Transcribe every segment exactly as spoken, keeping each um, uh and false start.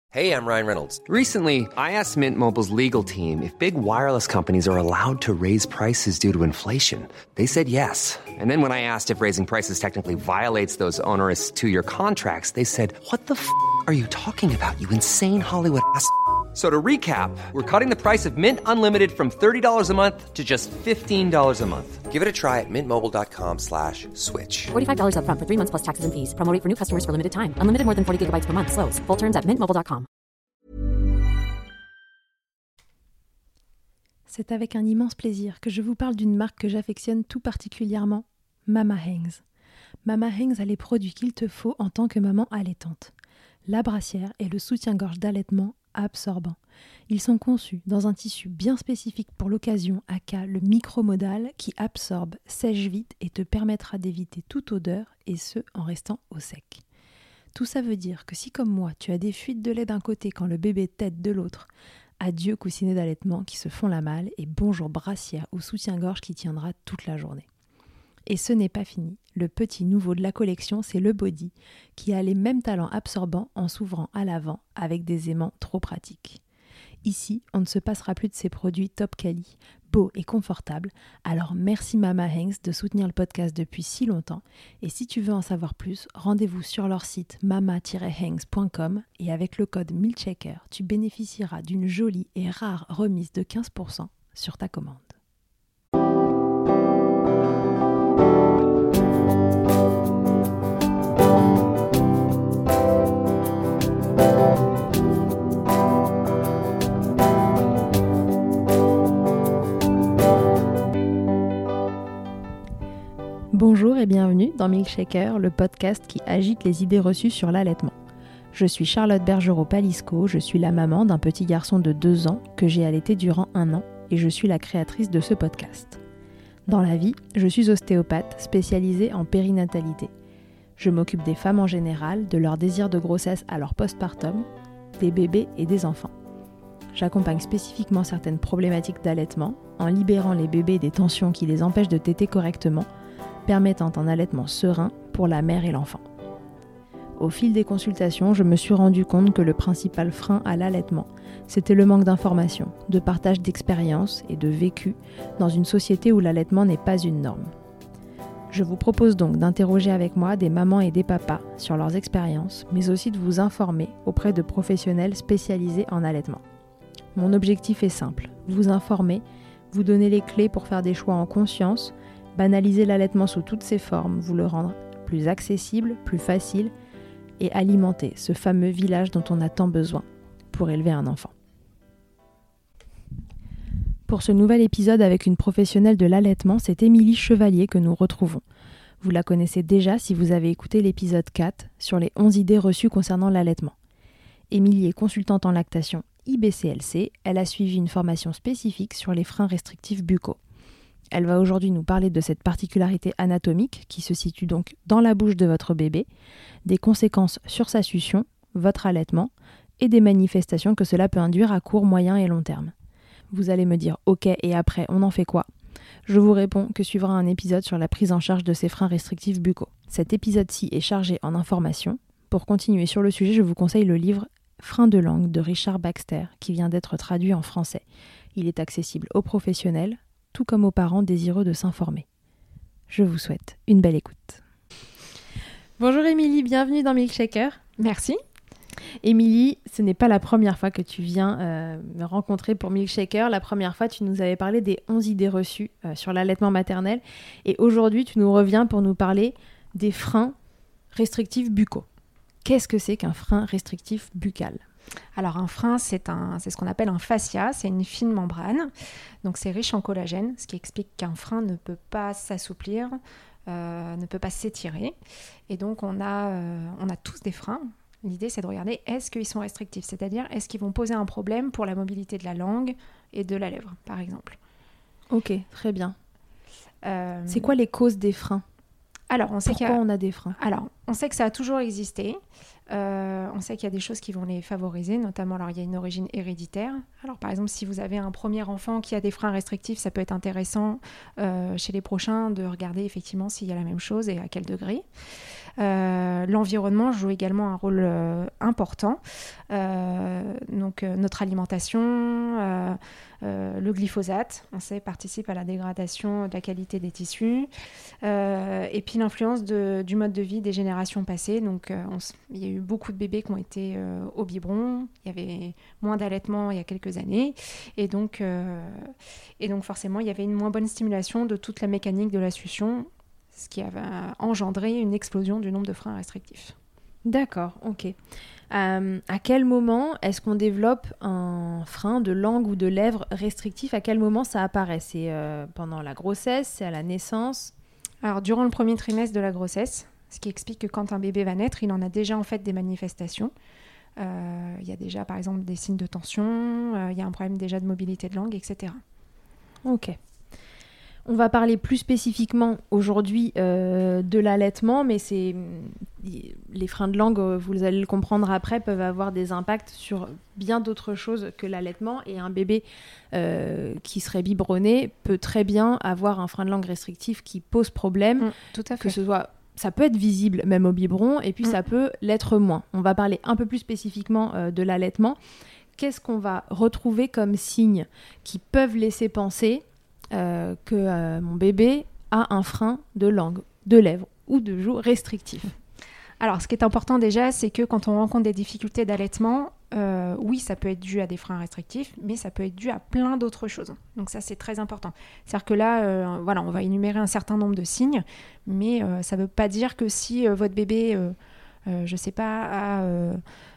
Hey, I'm Ryan Reynolds. Recently, I asked Mint Mobile's legal team if big wireless companies are allowed to raise prices due to inflation. They said yes. And then when I asked if raising prices technically violates those onerous two-year contracts, they said, what the f*** are you talking about, you insane Hollywood ass f- So to recap, we're cutting the price of Mint Unlimited from thirty dollars a month to just fifteen dollars a month. Give it a try at mintmobile.com slash switch. forty-five dollars up front for three months plus taxes and fees. Promo rate for new customers for limited time. Unlimited more than forty gigabytes per month. Slows full terms at mint mobile dot com. C'est avec un immense plaisir que je vous parle d'une marque que j'affectionne tout particulièrement, Mama Hanks. Mama Hanks a les produits qu'il te faut en tant que maman allaitante. La brassière et le soutien-gorge d'allaitement absorbant. Ils sont conçus dans un tissu bien spécifique pour l'occasion, aka le micromodal, qui absorbe, sèche vite et te permettra d'éviter toute odeur, et ce, en restant au sec. Tout ça veut dire que si, comme moi, tu as des fuites de lait d'un côté quand le bébé tète de l'autre, adieu coussinet d'allaitement qui se font la malle et bonjour brassière ou soutien-gorge qui tiendra toute la journée. Et ce n'est pas fini. Le petit nouveau de la collection, c'est le body, qui a les mêmes talents absorbants en s'ouvrant à l'avant avec des aimants trop pratiques. Ici, on ne se passera plus de ces produits top quali, beaux et confortables, alors merci Mama Hanks de soutenir le podcast depuis si longtemps, et si tu veux en savoir plus, rendez-vous sur leur site mama tiret hanks point com et avec le code MILKSHAKER, tu bénéficieras d'une jolie et rare remise de quinze pour cent sur ta commande. Bonjour et bienvenue dans Milkshaker, le podcast qui agite les idées reçues sur l'allaitement. Je suis Charlotte Bergerot-Palisco, je suis la maman d'un petit garçon de deux ans que j'ai allaité durant un an et je suis la créatrice de ce podcast. Dans la vie, je suis ostéopathe spécialisée en périnatalité. Je m'occupe des femmes en général, de leur désir de grossesse à leur postpartum, des bébés et des enfants. J'accompagne spécifiquement certaines problématiques d'allaitement en libérant les bébés des tensions qui les empêchent de téter correctement, permettant un allaitement serein pour la mère et l'enfant. Au fil des consultations, je me suis rendu compte que le principal frein à l'allaitement, c'était le manque d'informations, de partage d'expériences et de vécu dans une société où l'allaitement n'est pas une norme. Je vous propose donc d'interroger avec moi des mamans et des papas sur leurs expériences, mais aussi de vous informer auprès de professionnels spécialisés en allaitement. Mon objectif est simple, vous informer, vous donner les clés pour faire des choix en conscience, banaliser l'allaitement sous toutes ses formes, vous le rendre plus accessible, plus facile et alimenter ce fameux village dont on a tant besoin pour élever un enfant. Pour ce nouvel épisode avec une professionnelle de l'allaitement, c'est Émilie Chevalier que nous retrouvons. Vous la connaissez déjà si vous avez écouté l'épisode quatre sur les onze idées reçues concernant l'allaitement. Émilie est consultante en lactation I B C L C, elle a suivi une formation spécifique sur les freins restrictifs buccaux. Elle va aujourd'hui nous parler de cette particularité anatomique qui se situe donc dans la bouche de votre bébé, des conséquences sur sa succion, votre allaitement et des manifestations que cela peut induire à court, moyen et long terme. Vous allez me dire « Ok, et après, on en fait quoi ?» Je vous réponds que suivra un épisode sur la prise en charge de ces freins restrictifs buccaux. Cet épisode-ci est chargé en informations. Pour continuer sur le sujet, je vous conseille le livre « Freins de langue » de Richard Baxter qui vient d'être traduit en français. Il est accessible aux professionnels, tout comme aux parents désireux de s'informer. Je vous souhaite une belle écoute. Bonjour Émilie, bienvenue dans Milkshaker. Merci. Émilie, ce n'est pas la première fois que tu viens euh, me rencontrer pour Milkshaker. La première fois, tu nous avais parlé des onze idées reçues euh, sur l'allaitement maternel. Et aujourd'hui, tu nous reviens pour nous parler des freins restrictifs buccaux. Qu'est-ce que c'est qu'un frein restrictif buccal ? Alors un frein, c'est, un, c'est ce qu'on appelle un fascia, c'est une fine membrane, donc c'est riche en collagène, ce qui explique qu'un frein ne peut pas s'assouplir, euh, ne peut pas s'étirer, et donc on a, euh, on a tous des freins. L'idée, c'est de regarder est-ce qu'ils sont restrictifs, c'est-à-dire est-ce qu'ils vont poser un problème pour la mobilité de la langue et de la lèvre, par exemple. Ok, très bien. Euh, c'est quoi les causes des freins ? Alors, on sait Pourquoi qu'il y a... on a des freins ? Alors, on sait que ça a toujours existé. Euh, on sait qu'il y a des choses qui vont les favoriser, notamment, alors il y a une origine héréditaire. Alors, par exemple, si vous avez un premier enfant qui a des freins restrictifs, ça peut être intéressant euh, chez les prochains de regarder effectivement s'il y a la même chose et à quel degré. Euh, l'environnement joue également un rôle euh, important. Euh, donc euh, notre alimentation, euh, euh, le glyphosate, on sait, participe à la dégradation de la qualité des tissus, euh, et puis l'influence de, du mode de vie des générations passées. Donc, euh, on, il y a eu beaucoup de bébés qui ont été euh, au biberon, il y avait moins d'allaitement il y a quelques années, et donc, euh, et donc forcément, il y avait une moins bonne stimulation de toute la mécanique de la succion, ce qui avait engendré une explosion du nombre de freins restrictifs. D'accord, ok. Euh, à quel moment est-ce qu'on développe un frein de langue ou de lèvres restrictif ? À quel moment ça apparaît ? C'est euh, pendant la grossesse ? C'est à la naissance ? Alors, durant le premier trimestre de la grossesse, ce qui explique que quand un bébé va naître, il en a déjà en fait des manifestations. Euh, il y a déjà, par exemple, des signes de tension, euh, il y a un problème déjà de mobilité de langue, et cetera. Ok. On va parler plus spécifiquement aujourd'hui euh, de l'allaitement, mais c'est, les freins de langue, vous allez le comprendre après, peuvent avoir des impacts sur bien d'autres choses que l'allaitement. Et un bébé euh, qui serait biberonné peut très bien avoir un frein de langue restrictif qui pose problème. Mmh, tout à fait. Que ce soit, ça peut être visible même au biberon, et puis mmh. ça peut l'être moins. On va parler un peu plus spécifiquement euh, de l'allaitement. Qu'est-ce qu'on va retrouver comme signes qui peuvent laisser penser Euh, que euh, mon bébé a un frein de langue, de lèvres ou de joue restrictif. Alors, ce qui est important déjà, c'est que quand on rencontre des difficultés d'allaitement, euh, oui, ça peut être dû à des freins restrictifs, mais ça peut être dû à plein d'autres choses. Donc ça, c'est très important. C'est-à-dire que là, euh, voilà, on va énumérer un certain nombre de signes, mais euh, ça ne veut pas dire que si euh, votre bébé, euh, euh, je ne sais pas, a... Euh,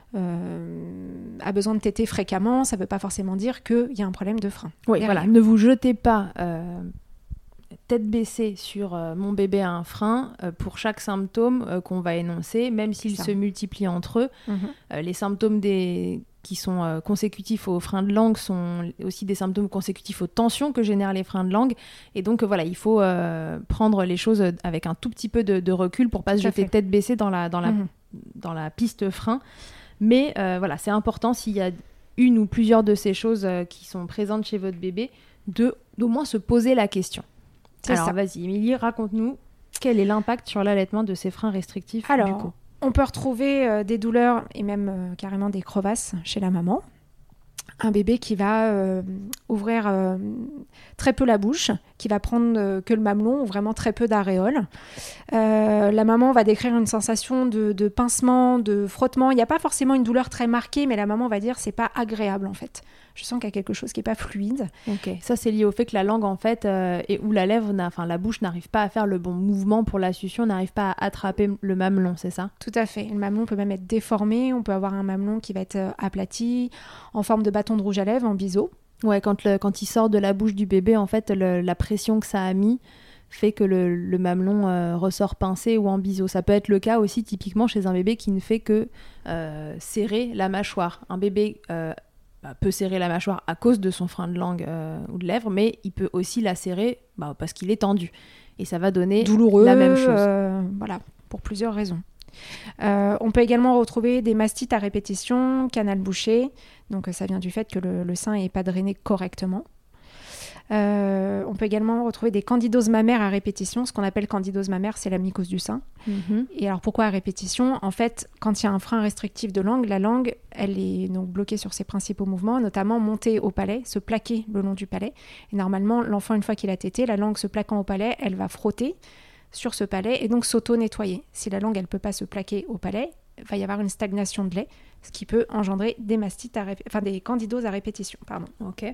Euh, a besoin de téter fréquemment, ça ne veut pas forcément dire qu'il y a un problème de frein. Oui, derrière. voilà. Ne vous jetez pas euh, tête baissée sur euh, mon bébé a un frein euh, pour chaque symptôme euh, qu'on va énoncer, même s'ils se multiplient entre eux. Mm-hmm. Euh, les symptômes des... qui sont euh, consécutifs aux freins de langue sont aussi des symptômes consécutifs aux tensions que génèrent les freins de langue. Et donc, euh, voilà, il faut euh, prendre les choses avec un tout petit peu de, de recul pour ne pas se jeter tête baissée dans la, dans la, mm-hmm. dans la piste frein. Mais euh, voilà, c'est important s'il y a une ou plusieurs de ces choses euh, qui sont présentes chez votre bébé, de, d'au moins se poser la question. C'est Alors ça. Vas-y, Émilie, raconte-nous quel est l'impact sur l'allaitement de ces freins restrictifs. Alors, du coup. On peut retrouver euh, des douleurs et même euh, carrément des crevasses chez la maman. Un bébé qui va euh, ouvrir euh, très peu la bouche, qui va prendre euh, que le mamelon ou vraiment très peu d'aréoles. Euh, la maman va décrire une sensation de, de pincement, de frottement. Il n'y a pas forcément une douleur très marquée, mais la maman va dire c'est pas agréable en fait. Je sens qu'il y a quelque chose qui n'est pas fluide. Ok, ça c'est lié au fait que la langue en fait, euh, et où la lèvre, enfin la bouche n'arrive pas à faire le bon mouvement pour la succion, n'arrive pas à attraper le mamelon, c'est ça ? Tout à fait. Le mamelon peut même être déformé. On peut avoir un mamelon qui va être euh, aplati, en forme de bâton de rouge à lèvres, en biseau. Ouais, quand, le, quand il sort de la bouche du bébé, en fait, le, la pression que ça a mis fait que le, le mamelon euh, ressort pincé ou en biseau. Ça peut être le cas aussi typiquement chez un bébé qui ne fait que euh, serrer la mâchoire. Un bébé euh, bah, peut serrer la mâchoire à cause de son frein de langue euh, ou de lèvres, mais il peut aussi la serrer bah, parce qu'il est tendu. Et ça va donner douloureux, la même chose. Euh, voilà, pour plusieurs raisons. Euh, on peut également retrouver des mastites à répétition, canal bouché. Donc ça vient du fait que le, le sein n'est pas drainé correctement. Euh, on peut également retrouver des candidoses mammaires à répétition. Ce qu'on appelle candidose mammaire, c'est la mycose du sein. Mm-hmm. Et alors pourquoi à répétition ? En fait, quand il y a un frein restrictif de langue, la langue, elle est donc bloquée sur ses principaux mouvements, notamment monter au palais, se plaquer le long du palais. Et normalement, l'enfant, une fois qu'il a tété, la langue se plaquant au palais, elle va frotter sur ce palais et donc s'auto-nettoyer. Si la langue, elle ne peut pas se plaquer au palais, il va y avoir une stagnation de lait, ce qui peut engendrer des mastites, à rép... enfin des candidoses à répétition. Pardon. Ok.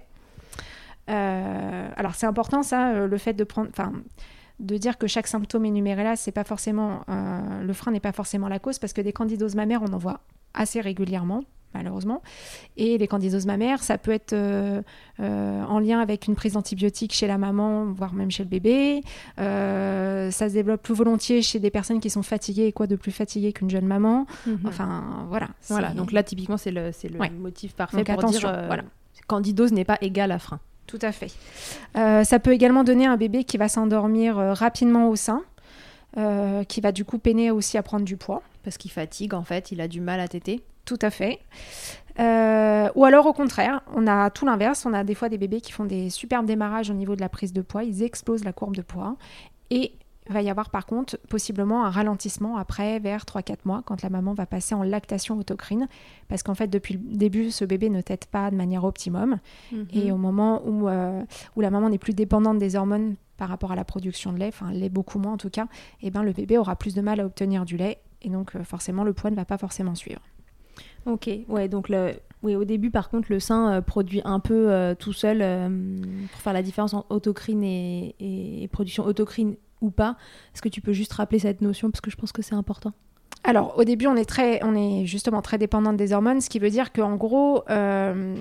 Euh, alors c'est important ça, euh, le fait de prendre, enfin, de dire que chaque symptôme énuméré là, c'est pas forcément, euh, le frein n'est pas forcément la cause, parce que des candidoses mammaires, on en voit assez régulièrement, malheureusement. Et les candidoses mammaires, ça peut être euh, euh, en lien avec une prise d'antibiotiques chez la maman, voire même chez le bébé. Euh, ça se développe plus volontiers chez des personnes qui sont fatiguées, et quoi de plus fatigué qu'une jeune maman. Mm-hmm. Enfin, voilà. Voilà, donc là, typiquement, c'est le, c'est le ouais. motif parfait donc, pour attention, dire euh, voilà. candidose n'est pas égal à frein. Tout à fait. Euh, ça peut également donner un bébé qui va s'endormir euh, rapidement au sein, euh, qui va du coup peiner aussi à prendre du poids. Parce qu'il fatigue, en fait, il a du mal à téter. Tout à fait. Euh, ou alors au contraire, on a tout l'inverse. On a des fois des bébés qui font des superbes démarrages au niveau de la prise de poids. Ils explosent la courbe de poids. Et va y avoir par contre possiblement un ralentissement après vers trois à quatre mois quand la maman va passer en lactation autocrine parce qu'en fait depuis le début ce bébé ne tète pas de manière optimum mm-hmm. et au moment où, euh, où la maman n'est plus dépendante des hormones par rapport à la production de lait, enfin lait beaucoup moins en tout cas, et ben, le bébé aura plus de mal à obtenir du lait et donc euh, forcément le poids ne va pas forcément suivre. Ok, ouais, donc le... oui, au début par contre le sein euh, produit un peu euh, tout seul euh, pour faire la différence entre autocrine et, et production autocrine ou pas. Est-ce que tu peux juste rappeler cette notion parce que je pense que c'est important? Alors au début on est, très, on est justement très dépendante des hormones, ce qui veut dire qu'en gros euh,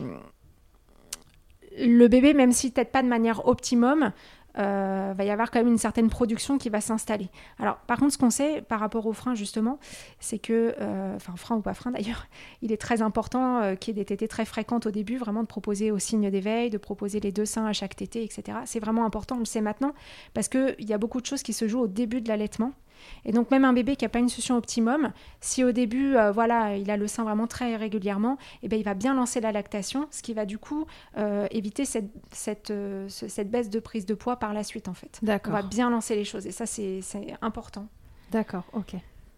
le bébé même s'il ne tète pas de manière optimum, Euh, va y avoir quand même une certaine production qui va s'installer. Alors, par contre, ce qu'on sait par rapport au frein, justement, c'est que, euh, enfin, frein ou pas frein d'ailleurs, il est très important euh, qu'il y ait des tétées très fréquentes au début, vraiment de proposer au signe d'éveil, de proposer les deux seins à chaque tétée, et cetera. C'est vraiment important, on le sait maintenant, parce qu'il y a beaucoup de choses qui se jouent au début de l'allaitement. Et donc, même un bébé qui n'a pas une succion optimum, si au début, euh, voilà, il a le sein vraiment très régulièrement, eh ben, il va bien lancer la lactation, ce qui va du coup euh, éviter cette, cette, euh, cette baisse de prise de poids par la suite, en fait. D'accord. On va bien lancer les choses, et ça, c'est, c'est important. D'accord, ok.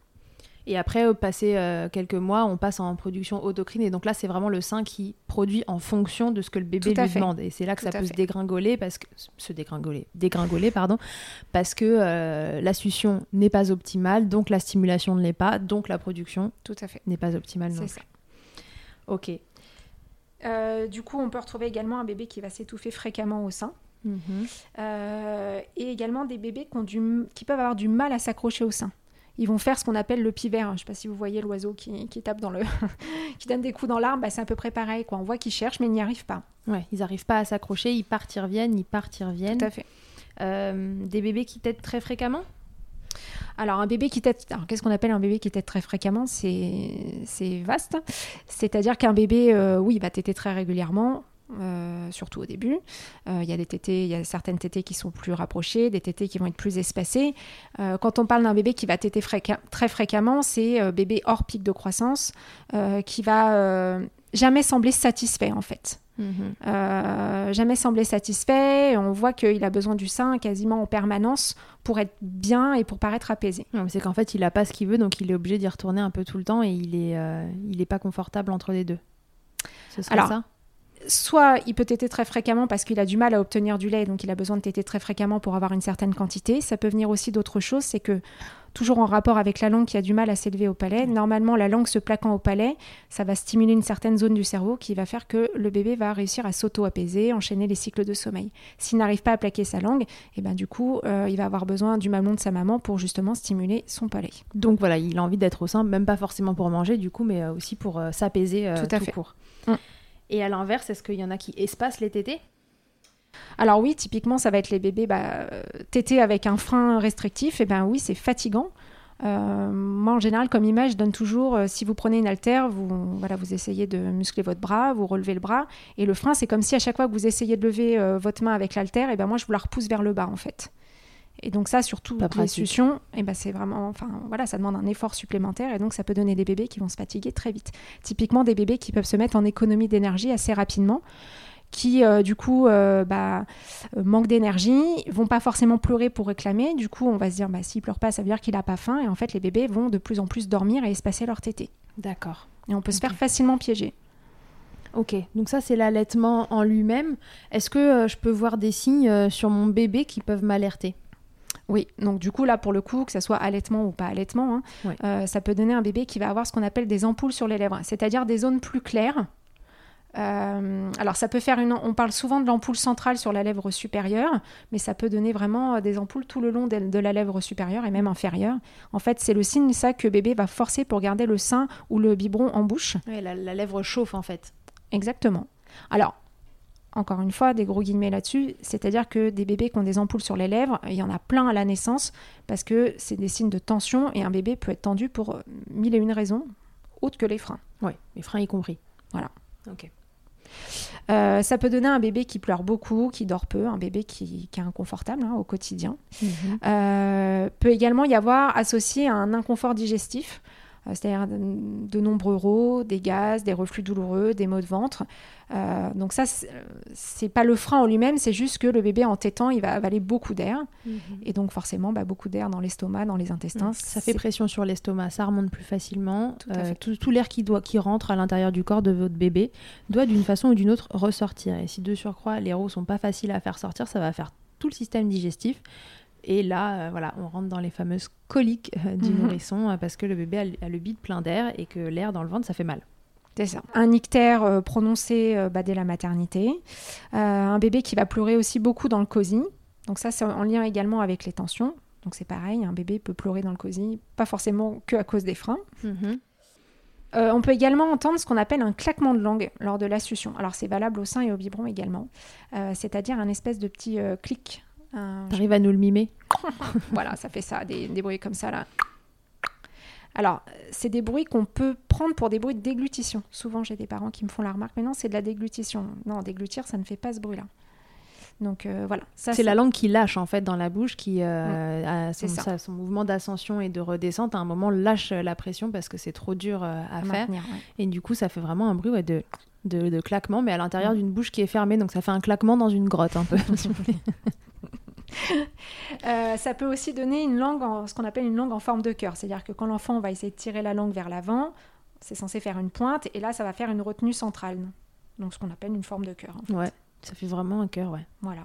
Et après, euh, passer euh, quelques mois, on passe en production autocrine. Et donc là, c'est vraiment le sein qui produit en fonction de ce que le bébé lui fait. demande. Et c'est là que Tout ça peut fait. se dégringoler, parce que se dégringoler, dégringoler, pardon, parce que euh, la succion n'est pas optimale, donc la stimulation ne l'est pas, donc la production Tout à fait. n'est pas optimale. C'est non ça. Plus. Ok. Euh, du coup, on peut retrouver également un bébé qui va s'étouffer fréquemment au sein. Mmh. Euh, et également des bébés qui, ont du, qui peuvent avoir du mal à s'accrocher au sein. Ils vont faire ce qu'on appelle le pivert. Je ne sais pas si vous voyez l'oiseau qui, qui tape dans le... qui donne des coups dans l'arbre. Bah, c'est à peu près pareil, quoi. On voit qu'ils cherchent, mais ils n'y arrivent pas. Ouais, ils n'arrivent pas à s'accrocher. Ils partent, ils reviennent, ils partent, ils reviennent. Tout à fait. Euh, des bébés qui tètent très fréquemment ? Alors, un bébé qui tète... Alors, qu'est-ce qu'on appelle un bébé qui tète très fréquemment ? C'est, c'est vaste. C'est-à-dire qu'un bébé, euh, oui, il va téter très régulièrement. Euh, surtout au début. Il euh, y a des tétées, il y a certaines tétées qui sont plus rapprochées, des tétées qui vont être plus espacées. Euh, quand on parle d'un bébé qui va téter fréqu- très fréquemment, c'est euh, bébé hors pic de croissance euh, qui va euh, jamais sembler satisfait en fait. Mmh. Euh, jamais sembler satisfait. On voit qu'il a besoin du sein quasiment en permanence pour être bien et pour paraître apaisé. Non, mais c'est qu'en fait, il n'a pas ce qu'il veut, donc il est obligé d'y retourner un peu tout le temps et il est, euh, il est pas confortable entre les deux. Ce serait Alors, ça ? Soit il peut téter très fréquemment parce qu'il a du mal à obtenir du lait, donc il a besoin de téter très fréquemment pour avoir une certaine quantité. Ça peut venir aussi d'autres choses, c'est que toujours en rapport avec la langue qui a du mal à s'élever au palais, normalement la langue se plaquant au palais, ça va stimuler une certaine zone du cerveau qui va faire que le bébé va réussir à s'auto-apaiser, enchaîner les cycles de sommeil. S'il n'arrive pas à plaquer sa langue, et ben du coup euh, il va avoir besoin du mamelon de sa maman pour justement stimuler son palais. Donc voilà, il a envie d'être au sein, même pas forcément pour manger du coup, mais aussi pour euh, s'apaiser euh, tout, à tout fait. court. Mmh. Et à l'inverse, est-ce qu'il y en a qui espacent les tétées ? Alors oui, typiquement, ça va être les bébés bah, tétés avec un frein restrictif. Et ben oui, c'est fatigant. Euh, moi, en général, comme image, je donne toujours, euh, si vous prenez une haltère, vous, voilà, vous essayez de muscler votre bras, vous relevez le bras. Et le frein, c'est comme si à chaque fois que vous essayez de lever euh, votre main avec l'haltère, et ben moi, je vous la repousse vers le bas, en fait. Et donc ça, surtout les suctions, et ben c'est vraiment, enfin voilà, ça demande un effort supplémentaire et donc ça peut donner des bébés qui vont se fatiguer très vite. Typiquement des bébés qui peuvent se mettre en économie d'énergie assez rapidement, qui euh, du coup euh, bah, euh, manquent d'énergie, vont pas forcément pleurer pour réclamer. Du coup, on va se dire, bah s'il pleure pas, ça veut dire qu'il a pas faim. Et en fait, les bébés vont de plus en plus dormir et espacer leur tétée. D'accord. Et on peut okay. se faire facilement piéger. Ok, donc ça c'est l'allaitement en lui-même. Est-ce que euh, je peux voir des signes euh, sur mon bébé qui peuvent m'alerter ? Oui, donc du coup là pour le coup, que ça soit allaitement ou pas allaitement, hein, ouais. euh, ça peut donner un bébé qui va avoir ce qu'on appelle des ampoules sur les lèvres, c'est-à-dire des zones plus claires. Euh, alors ça peut faire une, on parle souvent de l'ampoule centrale sur la lèvre supérieure, mais ça peut donner vraiment des ampoules tout le long de, de la lèvre supérieure et même inférieure. En fait, c'est le signe ça que bébé va forcer pour garder le sein ou le biberon en bouche. Oui, la, la lèvre chauffe en fait. Exactement. Alors. Encore une fois, des gros guillemets là-dessus, c'est-à-dire que des bébés qui ont des ampoules sur les lèvres, il y en a plein à la naissance parce que c'est des signes de tension et un bébé peut être tendu pour mille et une raisons, autres que les freins. Oui, les freins y compris. Voilà. Ok. Euh, ça peut donner un bébé qui pleure beaucoup, qui dort peu, un bébé qui, qui est inconfortable hein, au quotidien. Mmh. Euh, peut également y avoir associé à un inconfort digestif. euh, c'est-à-dire de, de nombreux rots, des gaz, des reflux douloureux, des maux de ventre. Euh, donc ça, c'est, c'est pas le frein en lui-même, c'est juste que le bébé en tétant, il va avaler beaucoup d'air. Mmh. Et donc forcément, bah, beaucoup d'air dans l'estomac, dans les intestins. Mmh. Ça fait pression sur l'estomac, ça remonte plus facilement. Tout, à euh, fait. tout, tout l'air qui, doit, qui rentre à l'intérieur du corps de votre bébé doit d'une façon ou d'une autre ressortir. Et si de surcroît, les rots sont pas faciles à faire sortir, ça va faire tout le système digestif. Et là, euh, voilà, on rentre dans les fameuses coliques euh, du mmh. nourrisson euh, parce que le bébé a, a le bide plein d'air et que l'air dans le ventre, ça fait mal. C'est ça. Un ictère euh, prononcé euh, bah, dès la maternité. Euh, un bébé qui va pleurer aussi beaucoup dans le cosy. Donc ça, c'est en lien également avec les tensions. Donc c'est pareil, un bébé peut pleurer dans le cosy, pas forcément que à cause des freins. Mmh. Euh, on peut également entendre ce qu'on appelle un claquement de langue lors de la succion. Alors c'est valable au sein et au biberon également. Euh, c'est-à-dire un espèce de petit euh, clic. Un... T'arrives à nous le mimer? Voilà, ça fait ça, des, des bruits comme ça là. Alors, c'est des bruits qu'on peut prendre pour des bruits de déglutition. Souvent, j'ai des parents qui me font la remarque, mais non, c'est de la déglutition. Non, déglutir, ça ne fait pas ce bruit-là. Donc euh, voilà. Ça, c'est, c'est la langue qui lâche en fait dans la bouche, qui euh, mmh. a son, ça, son mouvement d'ascension et de redescente, à un moment lâche la pression parce que c'est trop dur euh, à, à faire. Maintenir, ouais. Et du coup, ça fait vraiment un bruit ouais, de, de, de claquement, mais à l'intérieur mmh. d'une bouche qui est fermée. Donc ça fait un claquement dans une grotte un peu. euh, ça peut aussi donner une langue, en, ce qu'on appelle une langue en forme de cœur. C'est-à-dire que quand l'enfant va essayer de tirer la langue vers l'avant, c'est censé faire une pointe, et là, ça va faire une retenue centrale. Donc, ce qu'on appelle une forme de cœur. En fait. Ouais, ça fait vraiment un cœur, ouais. Voilà.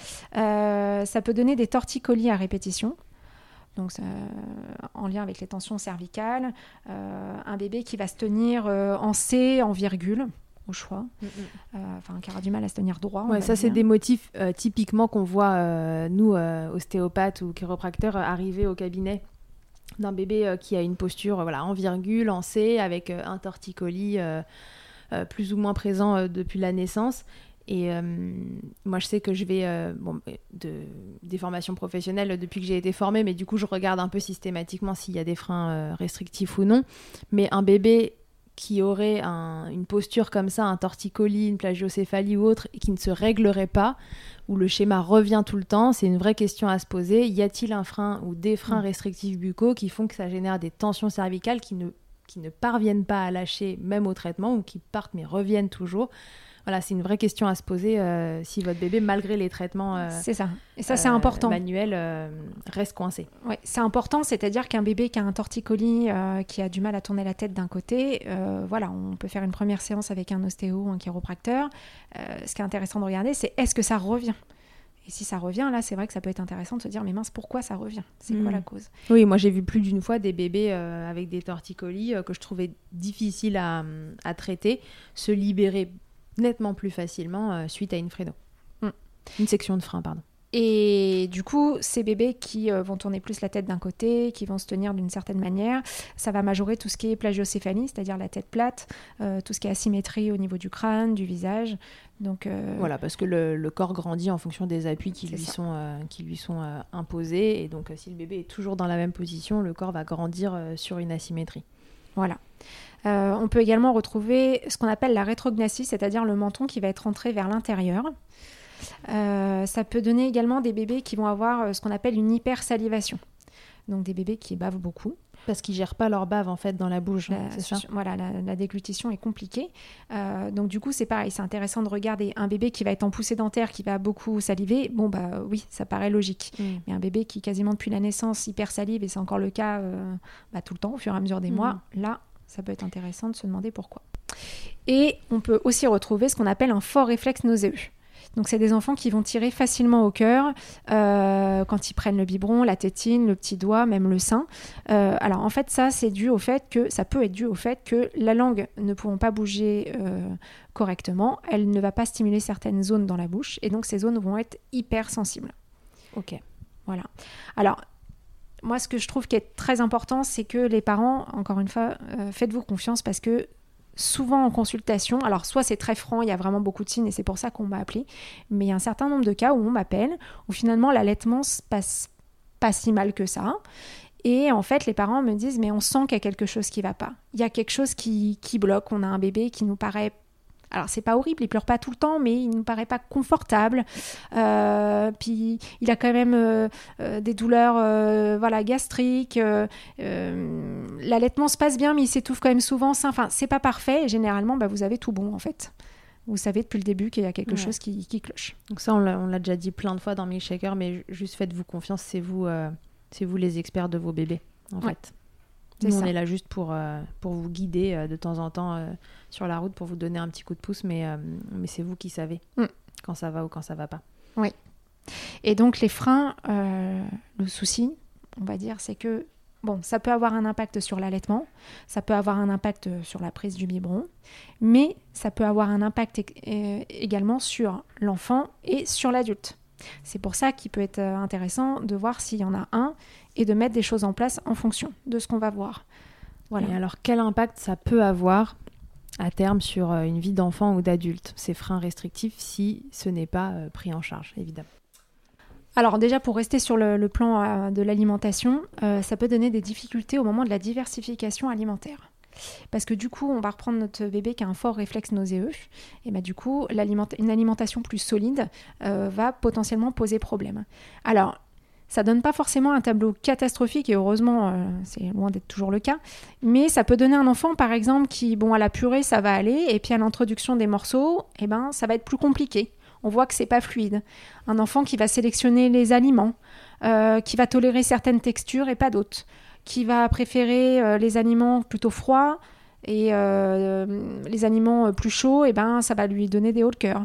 Euh, ça peut donner des torticolis à répétition. Donc, ça, en lien avec les tensions cervicales. Euh, un bébé qui va se tenir euh, en C, en virgule. Au choix, mm-hmm. euh, enfin qui aura du mal à se tenir droit. Ouais, ça, dire. C'est des motifs euh, typiquement qu'on voit, euh, nous, euh, ostéopathes ou chiropracteurs, euh, arriver au cabinet d'un bébé euh, qui a une posture euh, voilà, en virgule, en C, avec euh, un torticolis euh, euh, plus ou moins présent euh, depuis la naissance. Et euh, moi, je sais que je vais, euh, bon, de, des formations professionnelles depuis que j'ai été formée, mais du coup, je regarde un peu systématiquement s'il y a des freins euh, restrictifs ou non. Mais un bébé qui aurait un, une posture comme ça, un torticolis, une plagiocéphalie ou autre, et qui ne se réglerait pas, où le schéma revient tout le temps, c'est une vraie question à se poser. Y a-t-il un frein ou des freins restrictifs buccaux qui font que ça génère des tensions cervicales qui ne, qui ne parviennent pas à lâcher, même au traitement, ou qui partent mais reviennent toujours? Voilà, c'est une vraie question à se poser euh, si votre bébé, malgré les traitements euh, c'est ça. Et ça, c'est euh, important. manuels, euh, reste coincé. Oui, c'est important, c'est-à-dire qu'un bébé qui a un torticolis, euh, qui a du mal à tourner la tête d'un côté, euh, voilà, on peut faire une première séance avec un ostéo ou un chiropracteur. Euh, ce qui est intéressant de regarder, c'est est-ce que ça revient ? Et si ça revient, là, c'est vrai que ça peut être intéressant de se dire, mais mince, pourquoi ça revient ? C'est mmh. quoi la cause ? Oui, moi, j'ai vu plus d'une fois des bébés euh, avec des torticolis euh, que je trouvais difficiles à, à traiter, se libérer nettement plus facilement euh, suite à une fréno. Mm. Une section de frein, pardon. Et du coup, ces bébés qui euh, vont tourner plus la tête d'un côté, qui vont se tenir d'une certaine manière, ça va majorer tout ce qui est plagiocéphalie, c'est-à-dire la tête plate, euh, tout ce qui est asymétrie au niveau du crâne, du visage. Donc, euh... Voilà, parce que le, le corps grandit en fonction des appuis qui, lui sont, euh, qui lui sont euh, imposés. Et donc, euh, si le bébé est toujours dans la même position, le corps va grandir euh, sur une asymétrie. Voilà. Euh, on peut également retrouver ce qu'on appelle la rétrognathisme, c'est-à-dire le menton qui va être rentré vers l'intérieur. Euh, ça peut donner également des bébés qui vont avoir ce qu'on appelle une hypersalivation. Donc des bébés qui bavent beaucoup. Parce qu'ils ne gèrent pas leur bave en fait dans la bouche, la, hein, c'est ça ? Voilà, la, la déglutition est compliquée. Euh, donc du coup, c'est pareil, c'est intéressant de regarder un bébé qui va être en poussée dentaire, qui va beaucoup saliver. Bon, bah oui, ça paraît logique. Mm. Mais un bébé qui, quasiment depuis la naissance, hyper salive, et c'est encore le cas euh, bah, tout le temps, au fur et à mesure des mm. mois, là, ça peut être intéressant de se demander pourquoi. Et on peut aussi retrouver ce qu'on appelle un fort réflexe nauséeux. Donc, c'est des enfants qui vont tirer facilement au cœur euh, quand ils prennent le biberon, la tétine, le petit doigt, même le sein. Euh, alors, en fait, ça, c'est dû au fait que ça peut être dû au fait que la langue ne pouvant pas bouger euh, correctement, elle ne va pas stimuler certaines zones dans la bouche, et donc ces zones vont être hypersensibles. Ok. Voilà. Alors, moi, ce que je trouve qui est très important, c'est que les parents, encore une fois, euh, faites-vous confiance parce que souvent en consultation, alors soit c'est très franc, il y a vraiment beaucoup de signes et c'est pour ça qu'on m'a appelé, mais il y a un certain nombre de cas où on m'appelle, où finalement l'allaitement se passe pas si mal que ça. Et en fait, les parents me disent, mais on sent qu'il y a quelque chose qui va pas. Il y a quelque chose qui, qui bloque, on a un bébé qui nous paraît Alors c'est pas horrible, il pleure pas tout le temps, mais il ne paraît pas confortable. Euh, puis il a quand même euh, euh, des douleurs euh, voilà, gastriques. Euh, euh, l'allaitement se passe bien, mais il s'étouffe quand même souvent. Enfin, c'est pas parfait. Et généralement, bah, vous avez tout bon en fait. Vous savez depuis le début qu'il y a quelque ouais. chose qui, qui cloche. Donc ça, on l'a, on l'a déjà dit plein de fois dans Milkshaker, mais juste faites-vous confiance, c'est vous, euh, c'est vous les experts de vos bébés, en ouais. fait. C'est Nous, ça. on est là juste pour, euh, pour vous guider euh, de temps en temps euh, sur la route, pour vous donner un petit coup de pouce, mais, euh, mais c'est vous qui savez mm. quand ça va ou quand ça va pas. Oui. Et donc, les freins, euh, le souci, on va dire, c'est que bon, ça peut avoir un impact sur l'allaitement, ça peut avoir un impact sur la prise du biberon, mais ça peut avoir un impact é- également sur l'enfant et sur l'adulte. C'est pour ça qu'il peut être intéressant de voir s'il y en a un et de mettre des choses en place en fonction de ce qu'on va voir. Voilà. Et alors, quel impact ça peut avoir à terme sur une vie d'enfant ou d'adulte, ces freins restrictifs, si ce n'est pas pris en charge, évidemment? Alors déjà, pour rester sur le, le plan euh, de l'alimentation, euh, ça peut donner des difficultés au moment de la diversification alimentaire. Parce que du coup, on va reprendre notre bébé qui a un fort réflexe nauséeux, et bah, du coup, une alimentation plus solide euh, va potentiellement poser problème. Alors, ça donne pas forcément un tableau catastrophique, et heureusement, euh, c'est loin d'être toujours le cas, mais ça peut donner un enfant, par exemple, qui, bon, à la purée, ça va aller, et puis à l'introduction des morceaux, eh ben, ça va être plus compliqué. On voit que c'est pas fluide. Un enfant qui va sélectionner les aliments, euh, qui va tolérer certaines textures et pas d'autres, qui va préférer euh, les aliments plutôt froids et euh, les aliments plus chauds, et ben ça va lui donner des hauts de cœur.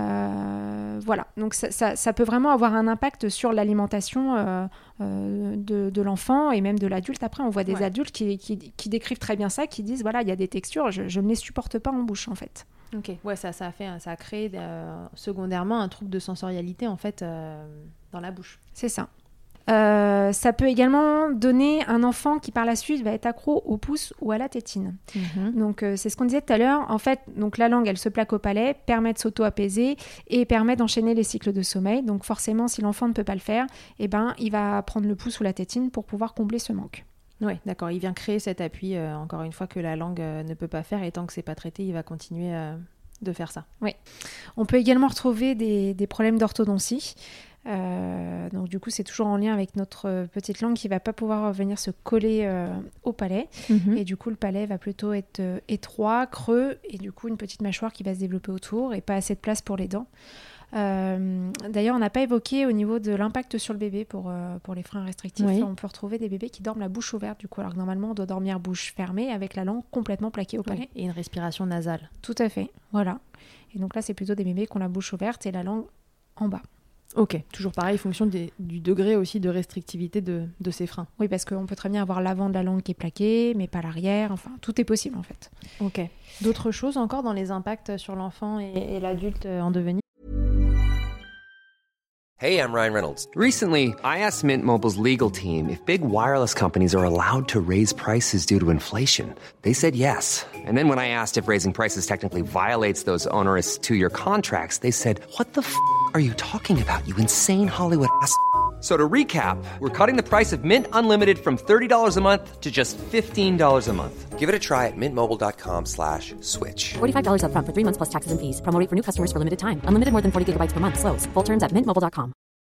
Euh, voilà. Donc ça, ça, ça peut vraiment avoir un impact sur l'alimentation euh, euh, de, de l'enfant et même de l'adulte. Après, on voit des ouais. adultes qui, qui, qui décrivent très bien ça, qui disent voilà, il y a des textures, je, je ne les supporte pas en bouche en fait. Ok, ouais, ça, ça a fait, ça a créé euh, secondairement un trouble de sensorialité en fait euh, dans la bouche. C'est ça. Euh, ça peut également donner un enfant qui par la suite va être accro au pouce ou à la tétine. Mm-hmm. Donc euh, c'est ce qu'on disait tout à l'heure. En fait, donc la langue, elle se plaque au palais, permet de s'auto-apaiser et permet d'enchaîner les cycles de sommeil. Donc forcément, si l'enfant ne peut pas le faire, eh ben, il va prendre le pouce ou la tétine pour pouvoir combler ce manque. Oui, d'accord. Il vient créer cet appui, euh, encore une fois, que la langue euh, ne peut pas faire. Et tant que c'est pas traité, il va continuer euh, de faire ça. Oui. On peut également retrouver des, des problèmes d'orthodontie. Euh, donc du coup, c'est toujours en lien avec notre petite langue qui va pas pouvoir venir se coller euh, au palais. Mm-hmm. Et du coup, le palais va plutôt être euh, étroit, creux, et du coup, une petite mâchoire qui va se développer autour et pas assez de place pour les dents. Euh, d'ailleurs, on n'a pas évoqué au niveau de l'impact sur le bébé pour, euh, pour les freins restrictifs. Oui. On peut retrouver des bébés qui dorment la bouche ouverte, du coup, alors que normalement, on doit dormir bouche fermée avec la langue complètement plaquée au palais. Oui, et une respiration nasale. Tout à fait, voilà. Et donc là, c'est plutôt des bébés qui ont la bouche ouverte et la langue en bas. Ok, toujours pareil, fonction des, du degré aussi de restrictivité de, de ces freins. Oui, parce qu'on peut très bien avoir l'avant de la langue qui est plaqué, mais pas l'arrière, enfin, tout est possible en fait. Ok. D'autres choses encore dans les impacts sur l'enfant et, et l'adulte en devenir? Hey, I'm Ryan Reynolds. Recently, I asked Mint Mobile's legal team if big wireless companies are allowed to raise prices due to inflation. They said yes. And then when I asked if raising prices technically violates those onerous two-year contracts, they said, what the f*** are you talking about, you insane Hollywood ass f- So to recap, we're cutting the price of Mint Unlimited from thirty dollars a month to just fifteen dollars a month. Give it a try at mintmobile.com slash switch. forty-five dollars up front for three months plus taxes and fees. Promo rate for new customers for limited time. Unlimited more than forty gigabytes per month. Slows full terms at mint mobile dot com.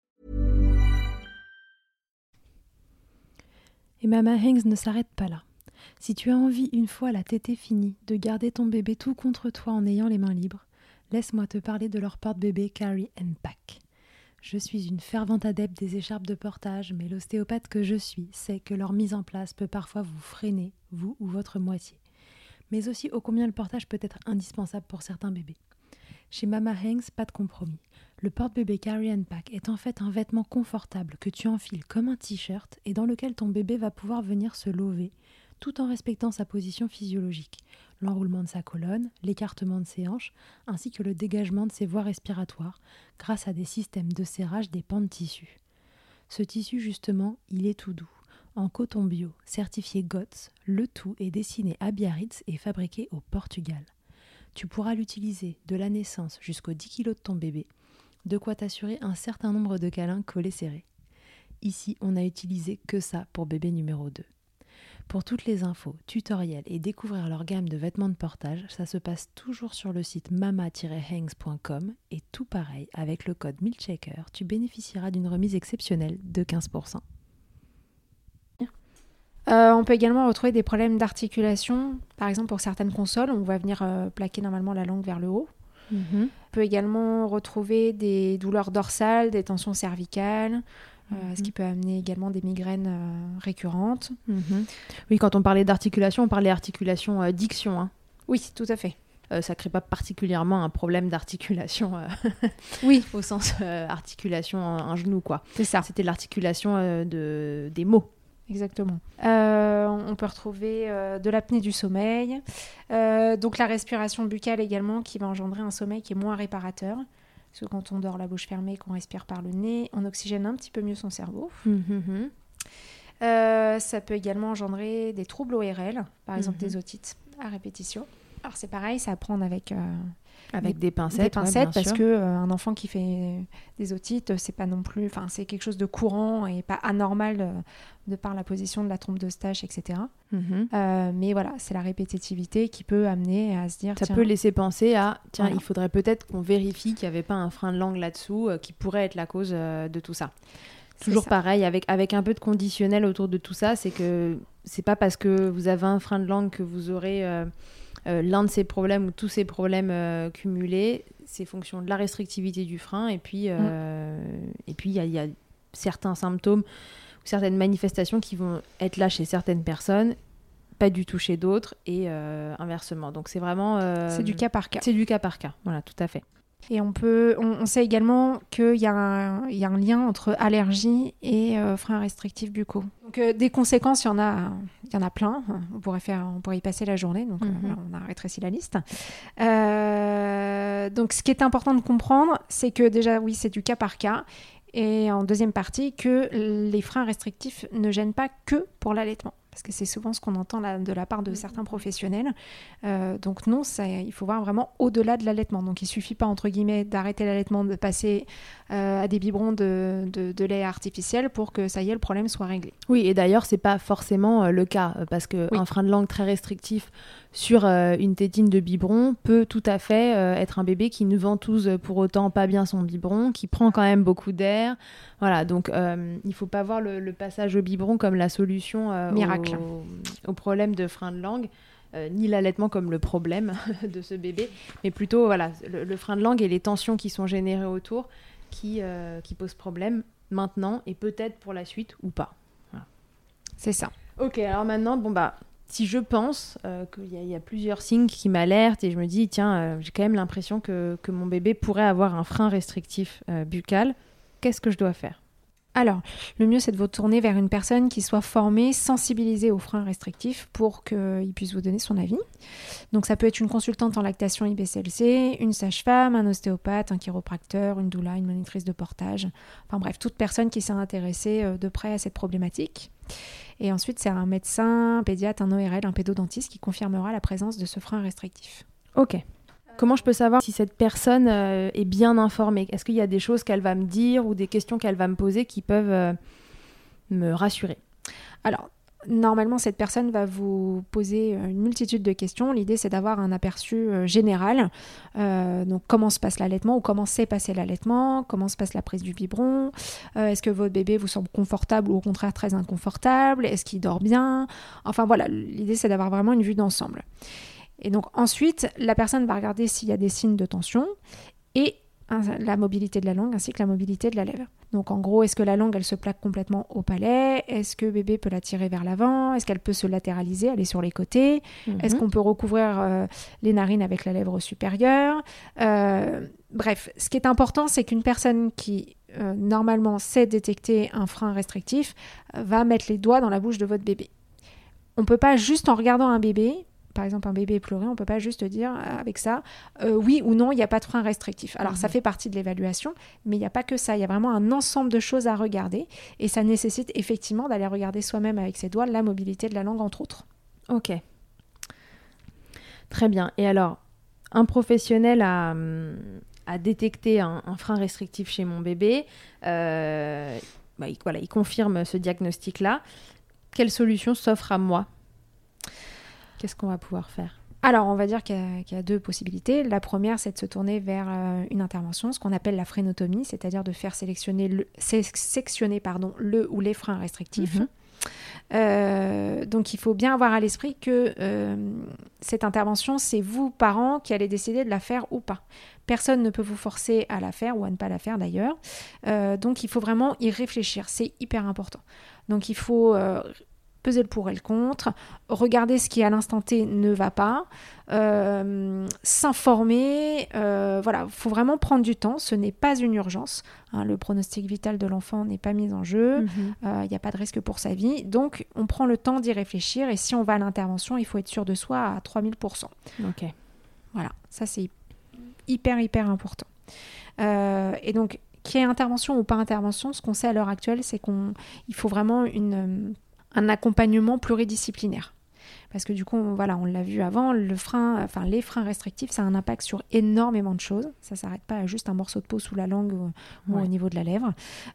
Et Mama Hanks ne s'arrête pas là. Si tu as envie, une fois la tétée finie, de garder ton bébé tout contre toi en ayant les mains libres, laisse-moi te parler de leur porte-bébé Carry and Pack. Je suis une fervente adepte des écharpes de portage, mais l'ostéopathe que je suis sait que leur mise en place peut parfois vous freiner, vous ou votre moitié. Mais aussi ô combien le portage peut être indispensable pour certains bébés. Chez Mama Hanks, pas de compromis. Le porte-bébé Carry and Pack est en fait un vêtement confortable que tu enfiles comme un t-shirt et dans lequel ton bébé va pouvoir venir se lever, tout en respectant sa position physiologique, l'enroulement de sa colonne, l'écartement de ses hanches, ainsi que le dégagement de ses voies respiratoires, grâce à des systèmes de serrage des pans de tissu. Ce tissu, justement, il est tout doux. En coton bio, certifié G O T S, le tout est dessiné à Biarritz et fabriqué au Portugal. Tu pourras l'utiliser de la naissance jusqu'aux dix kilos de ton bébé, de quoi t'assurer un certain nombre de câlins collés serrés. Ici, on n'a utilisé que ça pour bébé numéro deux. Pour toutes les infos, tutoriels et découvrir leur gamme de vêtements de portage, ça se passe toujours sur le site mama tiret hangs point com et tout pareil, avec le code MILCHECKER, tu bénéficieras d'une remise exceptionnelle de quinze pour cent. Euh, on peut également retrouver des problèmes d'articulation. Par exemple, pour certaines consoles, on va venir euh, plaquer normalement la langue vers le haut. Mmh. On peut également retrouver des douleurs dorsales, des tensions cervicales, euh, mmh. ce qui peut amener également des migraines euh, récurrentes. Mmh. Oui, quand on parlait d'articulation, on parlait articulation euh, diction. Hein. Oui, tout à fait. Euh, ça ne crée pas particulièrement un problème d'articulation euh, oui. au sens euh, articulation un, un genou, quoi. C'est ça. C'était l'articulation euh, de, des mots. Exactement. Euh, on peut retrouver euh, de l'apnée du sommeil, euh, donc la respiration buccale également qui va engendrer un sommeil qui est moins réparateur. Parce que quand on dort la bouche fermée, qu'on respire par le nez, on oxygène un petit peu mieux son cerveau. Mmh. Euh, ça peut également engendrer des troubles O R L, par exemple mmh. des otites à répétition. Alors c'est pareil, ça à prendre avec... Euh, Avec des, des pincettes, des pincettes ouais, parce sûr. que euh, un enfant qui fait des otites, c'est pas non plus, enfin c'est quelque chose de courant et pas anormal euh, de par la position de la trompe d'Eustache, et cetera. Mmh. Euh, mais voilà, c'est la répétitivité qui peut amener à se dire. Ça tiens, peut laisser penser à tiens, voilà. il faudrait peut-être qu'on vérifie qu'il n'y avait pas un frein de langue là-dessous euh, qui pourrait être la cause euh, de tout ça. C'est Toujours ça. pareil, avec, avec un peu de conditionnel autour de tout ça, c'est que c'est pas parce que vous avez un frein de langue que vous aurez. Euh, Euh, l'un de ces problèmes ou tous ces problèmes euh, cumulés, c'est fonction de la restrictivité du frein et puis euh, mmh. et puis il y, y a certains symptômes ou certaines manifestations qui vont être là chez certaines personnes, pas du tout chez d'autres et euh, inversement. Donc c'est vraiment euh, c'est du cas par cas. C'est du cas par cas. Voilà, tout à fait. Et on peut, on, on sait également qu'il y a un, il y a un lien entre allergie et euh, freins restrictifs buccaux. Donc euh, des conséquences, il y en a, il y en a plein. On pourrait faire, on pourrait y passer la journée. Donc mm-hmm. euh, là, on a rétréci la liste. Euh, donc ce qui est important de comprendre, c'est que déjà oui, c'est du cas par cas. Et en deuxième partie, que les freins restrictifs ne gênent pas que pour l'allaitement. Parce que c'est souvent ce qu'on entend là, de la part de certains professionnels. Euh, donc non, ça, il faut voir vraiment au-delà de l'allaitement. Donc il ne suffit pas, entre guillemets, d'arrêter l'allaitement, de passer euh, à des biberons de, de, de lait artificiel pour que ça y est, le problème soit réglé. Oui, et d'ailleurs, ce n'est pas forcément euh, le cas. Parce qu'un oui. frein de langue très restrictif sur euh, une tétine de biberon peut tout à fait euh, être un bébé qui ne ventouse pour autant pas bien son biberon, qui prend quand même beaucoup d'air. Voilà, donc euh, il ne faut pas voir le, le passage au biberon comme la solution euh, miracle au, au problème de frein de langue, euh, ni l'allaitement comme le problème de ce bébé, mais plutôt voilà, le, le frein de langue et les tensions qui sont générées autour qui, euh, qui posent problème maintenant et peut-être pour la suite ou pas. Voilà. C'est ça. Ok, alors maintenant, bon bah, si je pense euh, qu'il y a, il y a plusieurs signes qui m'alertent et je me dis, tiens, euh, j'ai quand même l'impression que, que mon bébé pourrait avoir un frein restrictif euh, buccal, qu'est-ce que je dois faire ? Alors, le mieux, c'est de vous tourner vers une personne qui soit formée, sensibilisée aux freins restrictifs pour qu'il puisse vous donner son avis. Donc, ça peut être une consultante en lactation I B C L C, une sage-femme, un ostéopathe, un chiropracteur, une doula, une monitrice de portage. Enfin bref, toute personne qui s'est intéressée de près à cette problématique. Et ensuite, c'est un médecin, un pédiatre, un O R L, un pédodontiste qui confirmera la présence de ce frein restrictif. Ok. Comment je peux savoir si cette personne euh, est bien informée ? Est-ce qu'il y a des choses qu'elle va me dire ou des questions qu'elle va me poser qui peuvent euh, me rassurer ? Alors, normalement, cette personne va vous poser une multitude de questions. L'idée, c'est d'avoir un aperçu euh, général. Euh, donc, comment se passe l'allaitement ou comment s'est passé l'allaitement ? Comment se passe la prise du biberon ? euh, Est-ce que votre bébé vous semble confortable ou au contraire très inconfortable ? Est-ce qu'il dort bien ? Enfin, voilà, l'idée, c'est d'avoir vraiment une vue d'ensemble. Et donc ensuite, la personne va regarder s'il y a des signes de tension et hein, la mobilité de la langue ainsi que la mobilité de la lèvre. Donc en gros, est-ce que la langue, elle se plaque complètement au palais ? Est-ce que bébé peut la tirer vers l'avant ? Est-ce qu'elle peut se latéraliser, aller sur les côtés ? Mm-hmm. Est-ce qu'on peut recouvrir euh, les narines avec la lèvre supérieure ? euh, Bref, ce qui est important, c'est qu'une personne qui euh, normalement sait détecter un frein restrictif euh, va mettre les doigts dans la bouche de votre bébé. On ne peut pas juste en regardant un bébé, par exemple un bébé pleurer, on ne peut pas juste dire avec ça euh, oui ou non, il n'y a pas de frein restrictif. Alors mmh. ça fait partie de l'évaluation, mais il n'y a pas que ça, il y a vraiment un ensemble de choses à regarder et ça nécessite effectivement d'aller regarder soi-même avec ses doigts la mobilité de la langue entre autres. Ok. Très bien. Et alors, un professionnel a, a détecté un, un frein restrictif chez mon bébé, euh, bah, il, voilà, il confirme ce diagnostic-là. Quelle solution s'offre à moi Qu'est-ce qu'on va pouvoir faire ? Alors, on va dire qu'il y, a, qu'il y a deux possibilités. La première, c'est de se tourner vers euh, une intervention, ce qu'on appelle la frénotomie, c'est-à-dire de faire sélectionner le, sectionner pardon, le ou les freins restrictifs. Mm-hmm. Euh, donc il faut bien avoir à l'esprit que euh, cette intervention, c'est vous, parents, qui allez décider de la faire ou pas. Personne ne peut vous forcer à la faire ou à ne pas la faire d'ailleurs. Euh, donc il faut vraiment y réfléchir, c'est hyper important. Donc il faut euh, peser le pour et le contre, regarder ce qui à l'instant T ne va pas, euh, s'informer, euh, voilà, il faut vraiment prendre du temps, ce n'est pas une urgence, hein, le pronostic vital de l'enfant n'est pas mis en jeu, il mm-hmm. n'y euh, a pas de risque pour sa vie, donc on prend le temps d'y réfléchir et si on va à l'intervention, il faut être sûr de soi à trois mille pour cent. Ok. Voilà, ça c'est hyper hyper important. Euh, et donc, qu'il y ait intervention ou pas intervention, ce qu'on sait à l'heure actuelle, c'est qu'il faut vraiment une... un accompagnement pluridisciplinaire. Parce que du coup, on, voilà, on l'a vu avant, le frein, enfin, les freins restrictifs, ça a un impact sur énormément de choses. Ça ne s'arrête pas à juste un morceau de peau sous la langue ou, ouais. ou au niveau de la lèvre.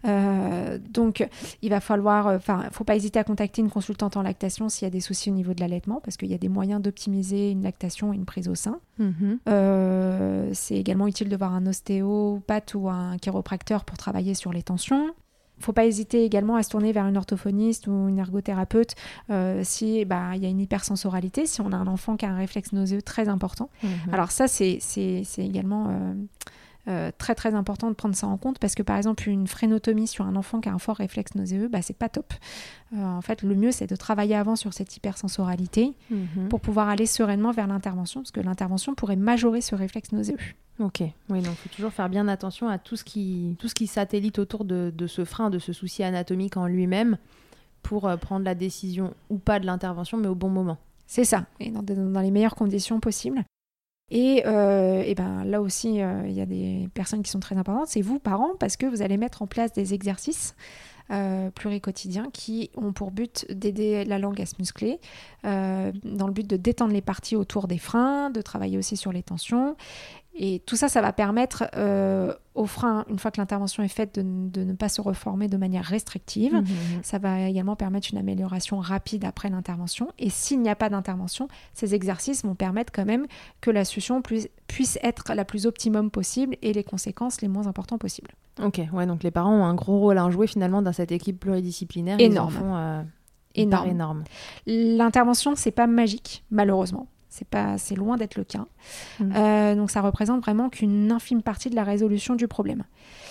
Euh, donc, il va falloir... Enfin, il ne faut pas hésiter à contacter une consultante en lactation s'il y a des soucis au niveau de l'allaitement, parce qu'il y a des moyens d'optimiser une lactation et une prise au sein. Mm-hmm. Euh, c'est également utile de voir un ostéopathe ou un chiropracteur pour travailler sur les tensions. Il ne faut pas hésiter également à se tourner vers une orthophoniste ou une ergothérapeute euh, si bah, y a une hypersensoralité, si on a un enfant qui a un réflexe nauséeux très important. Mmh. Alors ça, c'est, c'est, c'est également euh, euh, très très important de prendre ça en compte parce que par exemple, une frénotomie sur un enfant qui a un fort réflexe nauséeux, bah, c'est pas top. Euh, en fait, le mieux, c'est de travailler avant sur cette hypersensoralité mmh. pour pouvoir aller sereinement vers l'intervention parce que l'intervention pourrait majorer ce réflexe nauséeux. Ok, oui, donc il faut toujours faire bien attention à tout ce qui, tout ce qui satellite autour de, de ce frein, de ce souci anatomique en lui-même pour euh, prendre la décision ou pas de l'intervention, mais au bon moment. C'est ça, et dans, dans les meilleures conditions possibles. Et, euh, et ben, là aussi, il euh, y a des personnes qui sont très importantes, c'est vous, parents, parce que vous allez mettre en place des exercices Euh, pluriquotidiens qui ont pour but d'aider la langue à se muscler, euh, dans le but de détendre les parties autour des freins, de travailler aussi sur les tensions. Et tout ça, ça va permettre euh, aux freins, une fois que l'intervention est faite, de, de ne pas se reformer de manière restrictive. Mmh. Ça va également permettre une amélioration rapide après l'intervention. Et s'il n'y a pas d'intervention, ces exercices vont permettre quand même que la succion puisse, puisse être la plus optimum possible et les conséquences les moins importantes possibles. Ok, ouais, donc les parents ont un gros rôle à jouer finalement dans cette équipe pluridisciplinaire. Énorme. Ils en font, euh, énorme. énorme. L'intervention, c'est pas magique, malheureusement. C'est, pas, c'est loin d'être le cas. Mmh. Euh, donc ça représente vraiment qu'une infime partie de la résolution du problème.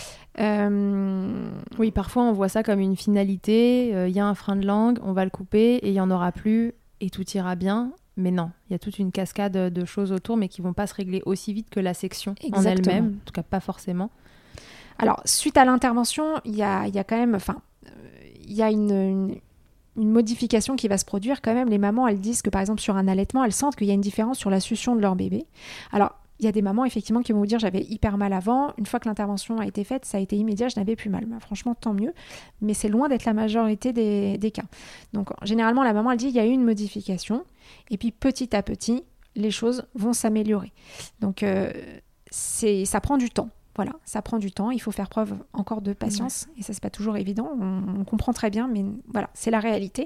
Euh... Oui, parfois on voit ça comme une finalité. Il euh, y a un frein de langue, on va le couper et il n'y en aura plus et tout ira bien. Mais non, il y a toute une cascade de choses autour mais qui ne vont pas se régler aussi vite que la section Exactement. En elle-même. En tout cas, pas forcément. Alors, suite à l'intervention, il y a, y a quand même... Enfin, il y a une... une... une modification qui va se produire quand même. Les mamans, elles disent que par exemple sur un allaitement, elles sentent qu'il y a une différence sur la succion de leur bébé. Alors, il y a des mamans effectivement qui vont vous dire j'avais hyper mal avant, une fois que l'intervention a été faite, ça a été immédiat, je n'avais plus mal. Bah, franchement, tant mieux, mais c'est loin d'être la majorité des, des cas. Donc, généralement, la maman, elle dit il y a eu une modification, et puis petit à petit, les choses vont s'améliorer. Donc, euh, c'est, ça prend du temps. Voilà, ça prend du temps, il faut faire preuve encore de patience, ouais. et ça c'est pas toujours évident, on, on comprend très bien, mais voilà, c'est la réalité.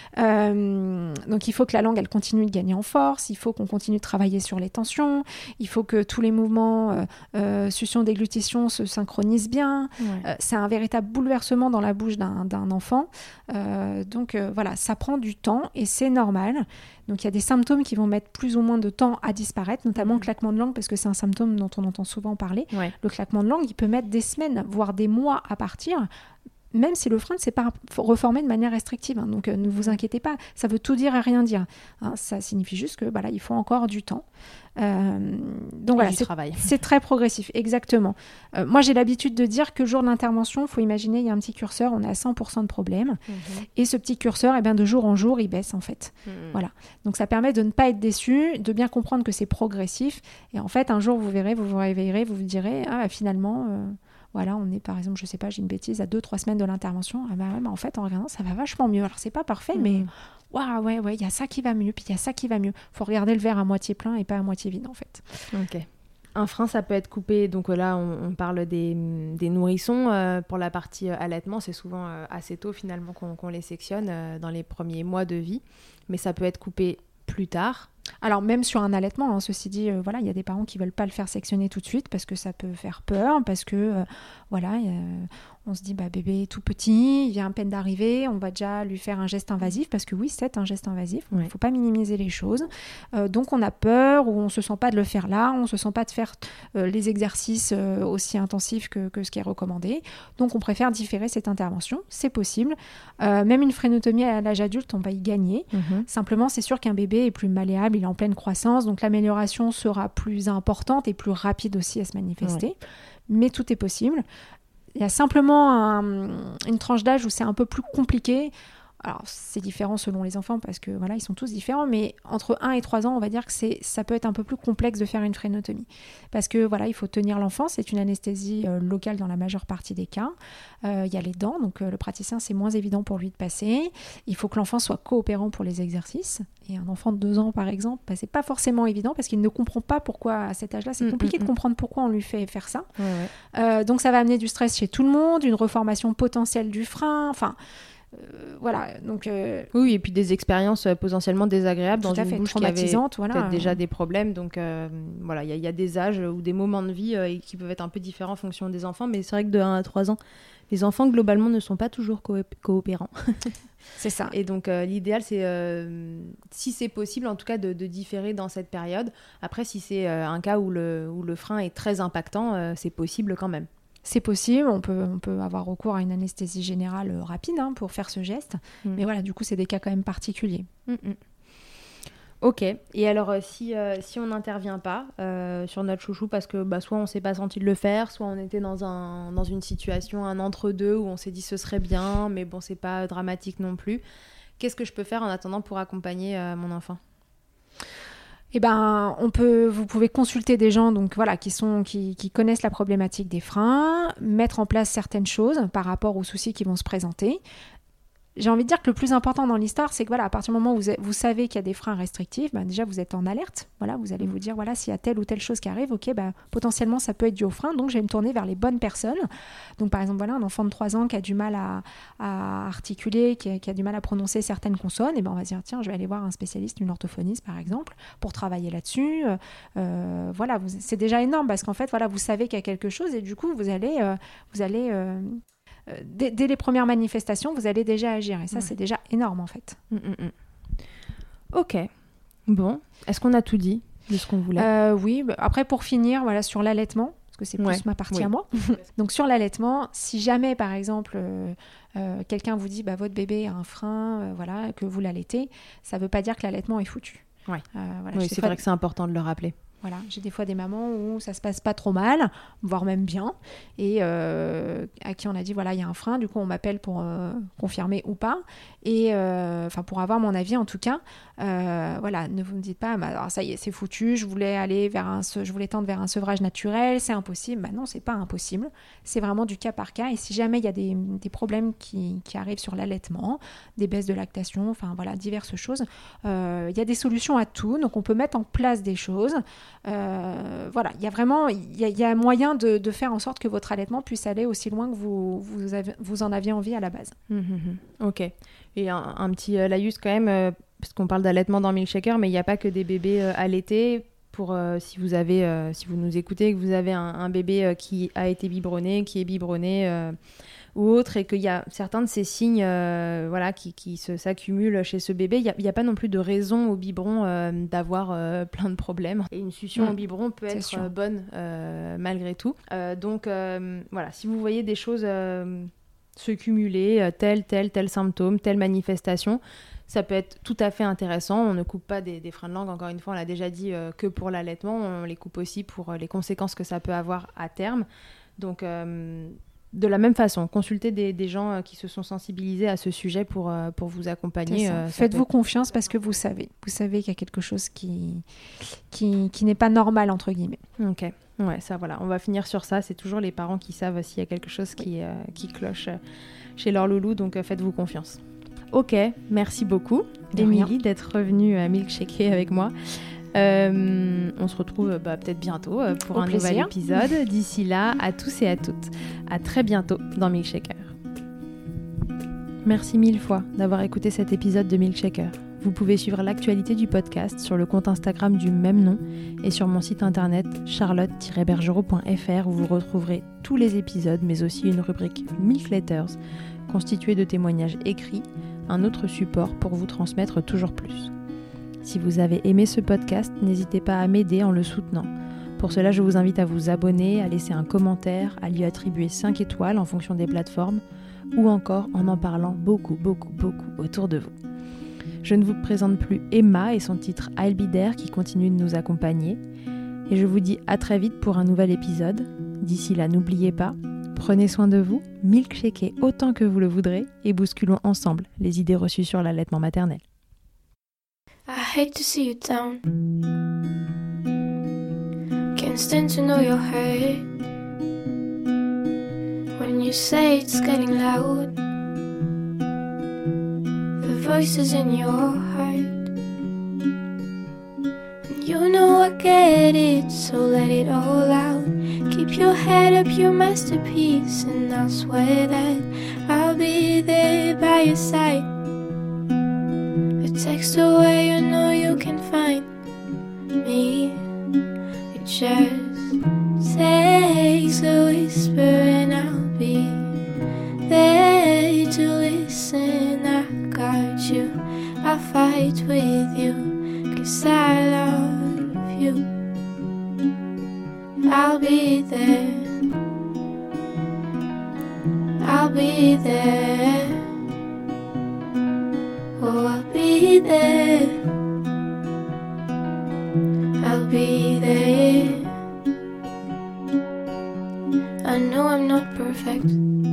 Euh, donc il faut que la langue, elle continue de gagner en force, il faut qu'on continue de travailler sur les tensions, il faut que tous les mouvements euh, euh, succion, déglutition se synchronisent bien. Ouais. Euh, c'est un véritable bouleversement dans la bouche d'un, d'un enfant. Euh, donc euh, voilà, ça prend du temps et c'est normal. Donc il y a des symptômes qui vont mettre plus ou moins de temps à disparaître, notamment mmh. le claquement de langue, parce que c'est un symptôme dont on entend souvent parler. Ouais. Le claquement de langue, il peut mettre des semaines, voire des mois à partir, même si le frein ne s'est pas reformé de manière restrictive. Hein. Donc euh, ne vous inquiétez pas, ça veut tout dire et rien dire. Hein, ça signifie juste que voilà, il faut encore du temps. Euh, donc voilà, c'est, c'est très progressif, exactement. Euh, moi, j'ai l'habitude de dire que le jour de l'intervention, il faut imaginer, il y a un petit curseur, on est à cent pour cent de problème. Mmh. Et ce petit curseur, eh bien, de jour en jour, il baisse en fait. Mmh. Voilà. Donc ça permet de ne pas être déçu, de bien comprendre que c'est progressif. Et en fait, un jour, vous verrez, vous vous réveillerez, vous vous direz, ah, finalement... Euh, Voilà, on est par exemple, je sais pas, j'ai une bêtise, à deux, trois semaines de l'intervention. Ah bah ouais, mais en fait, en regardant, ça va vachement mieux. Alors, c'est pas parfait, mmh. mais waouh, ouais, ouais, il y a ça qui va mieux, puis il y a ça qui va mieux. Faut regarder le verre à moitié plein et pas à moitié vide, en fait. Ok. Un frein, ça peut être coupé. Donc là, on, on parle des, des nourrissons. Euh, pour la partie euh, allaitement, c'est souvent euh, assez tôt, finalement, qu'on, qu'on les sectionne euh, dans les premiers mois de vie. Mais ça peut être coupé plus tard. Alors même sur un allaitement, hein, ceci dit, euh, voilà, il y a des parents qui veulent pas le faire sectionner tout de suite parce que ça peut faire peur, parce que euh, voilà, euh, on se dit bah bébé est tout petit, il vient à peine d'arriver, on va déjà lui faire un geste invasif parce que oui, c'est un geste invasif, il Ouais. ne faut pas minimiser les choses. Euh, donc on a peur ou on se sent pas de le faire là, on se sent pas de faire euh, les exercices euh, aussi intensifs que, que ce qui est recommandé. Donc on préfère différer cette intervention, c'est possible. Euh, même une frénotomie à l'âge adulte, on va y gagner. Mm-hmm. Simplement, c'est sûr qu'un bébé est plus malléable, il est en pleine croissance, donc l'amélioration sera plus importante et plus rapide aussi à se manifester. Ouais. Mais tout est possible. Il y a simplement un- une tranche d'âge où c'est un peu plus compliqué. Alors, c'est différent selon les enfants parce que voilà, ils sont tous différents, mais entre un et trois ans, on va dire que c'est, ça peut être un peu plus complexe de faire une frénotomie. Parce que voilà, il faut tenir l'enfant, c'est une anesthésie euh, locale dans la majeure partie des cas. Euh, il y a les dents, donc euh, le praticien, c'est moins évident pour lui de passer. Il faut que l'enfant soit coopérant pour les exercices. Et un enfant de deux ans, par exemple, bah, c'est pas forcément évident parce qu'il ne comprend pas pourquoi, à cet âge-là, c'est Mm, compliqué mm, de mm. comprendre pourquoi on lui fait faire ça. Ouais, ouais. Euh, donc ça va amener du stress chez tout le monde, une reformation potentielle du frein, enfin euh, voilà, donc euh, Oui, et puis des expériences euh, potentiellement désagréables tout dans à une fait bouche qui avait traumatisantes, voilà. peut-être déjà des problèmes. Donc euh, voilà, il y, a- il y a des âges ou des moments de vie euh, qui peuvent être un peu différents en fonction des enfants, mais c'est vrai que de un à trois ans, les enfants globalement ne sont pas toujours coop- coopérants. C'est ça. Et donc euh, l'idéal, c'est, euh, si c'est possible, en tout cas, de, de différer dans cette période. Après, si c'est euh, un cas où le, où le frein est très impactant, euh, c'est possible quand même. C'est possible, on peut, on peut avoir recours à une anesthésie générale euh, rapide hein, pour faire ce geste, Mm. mais voilà, du coup, c'est des cas quand même particuliers. Mm, mm. Ok, et alors euh, si, euh, si on n'intervient pas euh, sur notre chouchou parce que bah, soit on s'est pas senti de le faire, soit on était dans, un, dans une situation, un entre-deux où on s'est dit ce serait bien, mais bon, c'est pas dramatique non plus, qu'est-ce que je peux faire en attendant pour accompagner euh, mon enfant ? Eh ben, on peut, vous pouvez consulter des gens donc voilà qui sont qui, qui connaissent la problématique des freins, mettre en place certaines choses par rapport aux soucis qui vont se présenter. J'ai envie de dire que le plus important dans l'histoire, c'est que voilà, à partir du moment où vous, vous savez qu'il y a des freins restrictifs, ben déjà vous êtes en alerte. Voilà, vous allez vous dire voilà, s'il y a telle ou telle chose qui arrive, ok, ben, potentiellement ça peut être dû au frein, donc je vais me tourner vers les bonnes personnes. Donc par exemple voilà, un enfant de trois ans qui a du mal à, à articuler, qui a, qui a du mal à prononcer certaines consonnes, et ben on va se dire tiens, je vais aller voir un spécialiste, une orthophoniste par exemple, pour travailler là-dessus. Euh, voilà, vous, c'est déjà énorme parce qu'en fait voilà, vous savez qu'il y a quelque chose et du coup vous allez, euh, vous allez euh, Euh, dès, dès les premières manifestations, vous allez déjà agir. Et ça, Ouais. c'est déjà énorme, en fait. Mm, mm, mm. Ok, bon, est-ce qu'on a tout dit de ce qu'on voulait ? Euh, oui, bah, après, pour finir, voilà, sur l'allaitement, parce que c'est plus Ouais, ma partie oui. à moi. Donc, sur l'allaitement, si jamais, par exemple, euh, euh, quelqu'un vous dit bah, votre bébé a un frein, euh, voilà, que vous l'allaitez, ça ne veut pas dire que l'allaitement est foutu. Ouais. Euh, voilà, Oui, j'ai c'est des fois- vrai que c'est important de le rappeler. Voilà, j'ai des fois des mamans où ça se passe pas trop mal, voire même bien, et euh, à qui on a dit voilà il y a un frein, du coup on m'appelle pour euh, confirmer ou pas, et euh, enfin pour avoir mon avis en tout cas. Euh, voilà, ne vous me dites pas, bah, alors ça y est c'est foutu, je voulais aller vers un, se- je voulais tendre vers un sevrage naturel, c'est impossible. Bah non, c'est pas impossible, c'est vraiment du cas par cas. Et si jamais il y a des, des problèmes qui, qui arrivent sur l'allaitement, des baisses de lactation, enfin voilà diverses choses, euh, il y a des solutions à tout, donc on peut mettre en place des choses. Euh, voilà, il y a vraiment il y a, il y a moyen de, de faire en sorte que votre allaitement puisse aller aussi loin que vous, vous, avez, vous en aviez envie à la base. Mmh, mmh. Ok. Et un, un petit euh, laïus quand même, euh, parce qu'on parle d'allaitement dans Milkshaker, mais il n'y a pas que des bébés euh, allaités. Pour, euh, si, vous avez, euh, si vous nous écoutez, que vous avez un, un bébé euh, qui a été biberonné, qui est biberonné euh, ou autre, et qu'il y a certains de ces signes euh, voilà, qui, qui se, s'accumulent chez ce bébé, il n'y a, a pas non plus de raison au biberon euh, d'avoir euh, plein de problèmes. Et une succion Mmh, au biberon peut c'est être sûr. euh, bonne euh, malgré tout. Euh, donc euh, voilà, si vous voyez des choses euh, se cumuler, euh, tel, tel, tel symptôme, telle manifestation, ça peut être tout à fait intéressant. On ne coupe pas des, des freins de langue, encore une fois, on l'a déjà dit, euh, que pour l'allaitement. On les coupe aussi pour euh, les conséquences que ça peut avoir à terme. Donc, euh, de la même façon, consultez des, des gens euh, qui se sont sensibilisés à ce sujet pour, euh, pour vous accompagner. C'est ça. euh, ça Faites-vous peut confiance parce que vous savez. Vous savez qu'il y a quelque chose qui, qui, qui n'est pas normal, entre guillemets. être- Ok, ouais, ça voilà. On va finir sur ça. C'est toujours les parents qui savent s'il y a quelque chose qui, euh, qui cloche euh, chez leur loulou. Donc, euh, faites-vous confiance. Ok, merci beaucoup, De rien. Émilie, d'être revenue à Milkshaker avec moi. Euh, on se retrouve bah, peut-être bientôt euh, pour Au un plaisir. nouvel épisode. D'ici là, à tous et à toutes, à très bientôt dans Milkshaker. Merci mille fois d'avoir écouté cet épisode de Milkshaker. Vous pouvez suivre l'actualité du podcast sur le compte Instagram du même nom et sur mon site internet charlotte tiret bergerot point f r où vous retrouverez tous les épisodes mais aussi une rubrique Milk Letters constituée de témoignages écrits, un autre support pour vous transmettre toujours plus. Si vous avez aimé ce podcast, n'hésitez pas à m'aider en le soutenant. Pour cela, je vous invite à vous abonner, à laisser un commentaire, à lui attribuer cinq étoiles en fonction des plateformes ou encore en en parlant beaucoup, beaucoup, beaucoup autour de vous. Je ne vous présente plus Emma et son titre I'll Be There qui continue de nous accompagner. Et je vous dis à très vite pour un nouvel épisode. D'ici là, n'oubliez pas, prenez soin de vous, milkshakez autant que vous le voudrez et bousculons ensemble les idées reçues sur l'allaitement maternel. I hate to see you down. Can't stand to know you're hurt. When you say it's getting loud, the voices in your heart. And you know I get it, so let it all out. Keep your head up, your masterpiece, and I'll swear that I'll be there by your side. A text away, you know you can find me. It just takes a whisper and I'll be there to listen. I got you, I'll fight with you, 'cause I love you. I'll be there, I'll be there. Oh, I'll be there, I'll be there. I know I'm not perfect.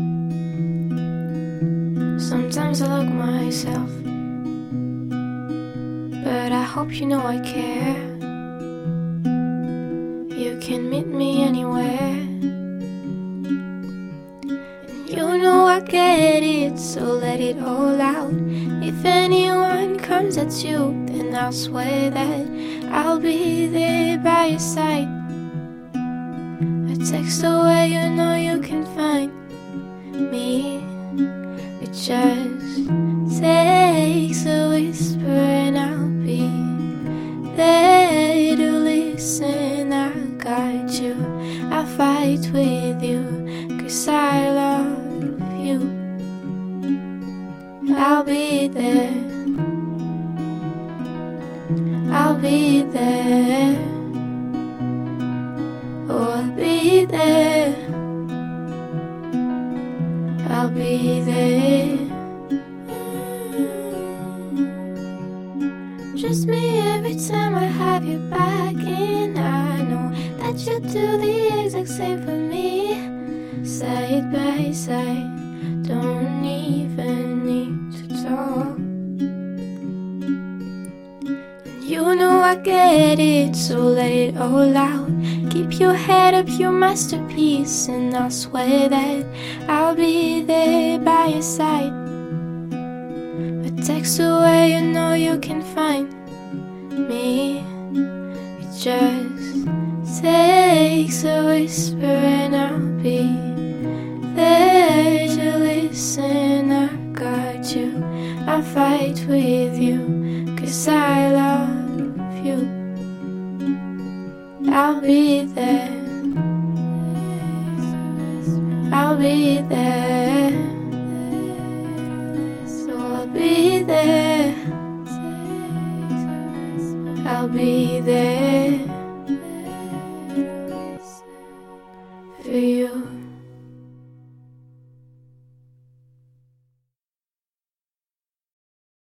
Sometimes I look myself, but I hope you know I care. You can meet me anywhere. And you know I get it, so let it all out. If anyone comes at you, then I'll swear that I'll be there by your side. A text away, you know you can find me. It just takes a whisper and I'll be there to listen. I got you, I'll fight with you, 'cause I love you. I'll be there, I'll be there. Oh, I'll be there, I'll be there. Just me every time I have you back, and I know that you do the exact same for me. Side by side, don't even need to talk. And you know I get it, so let it all out. Keep your head up, your masterpiece, and I'll swear that I'll be there by your side. A text away, you know you can find me. It just takes a whisper and I'll be there to listen. I got you, I'll fight with you, 'cause I love you. I'll be there.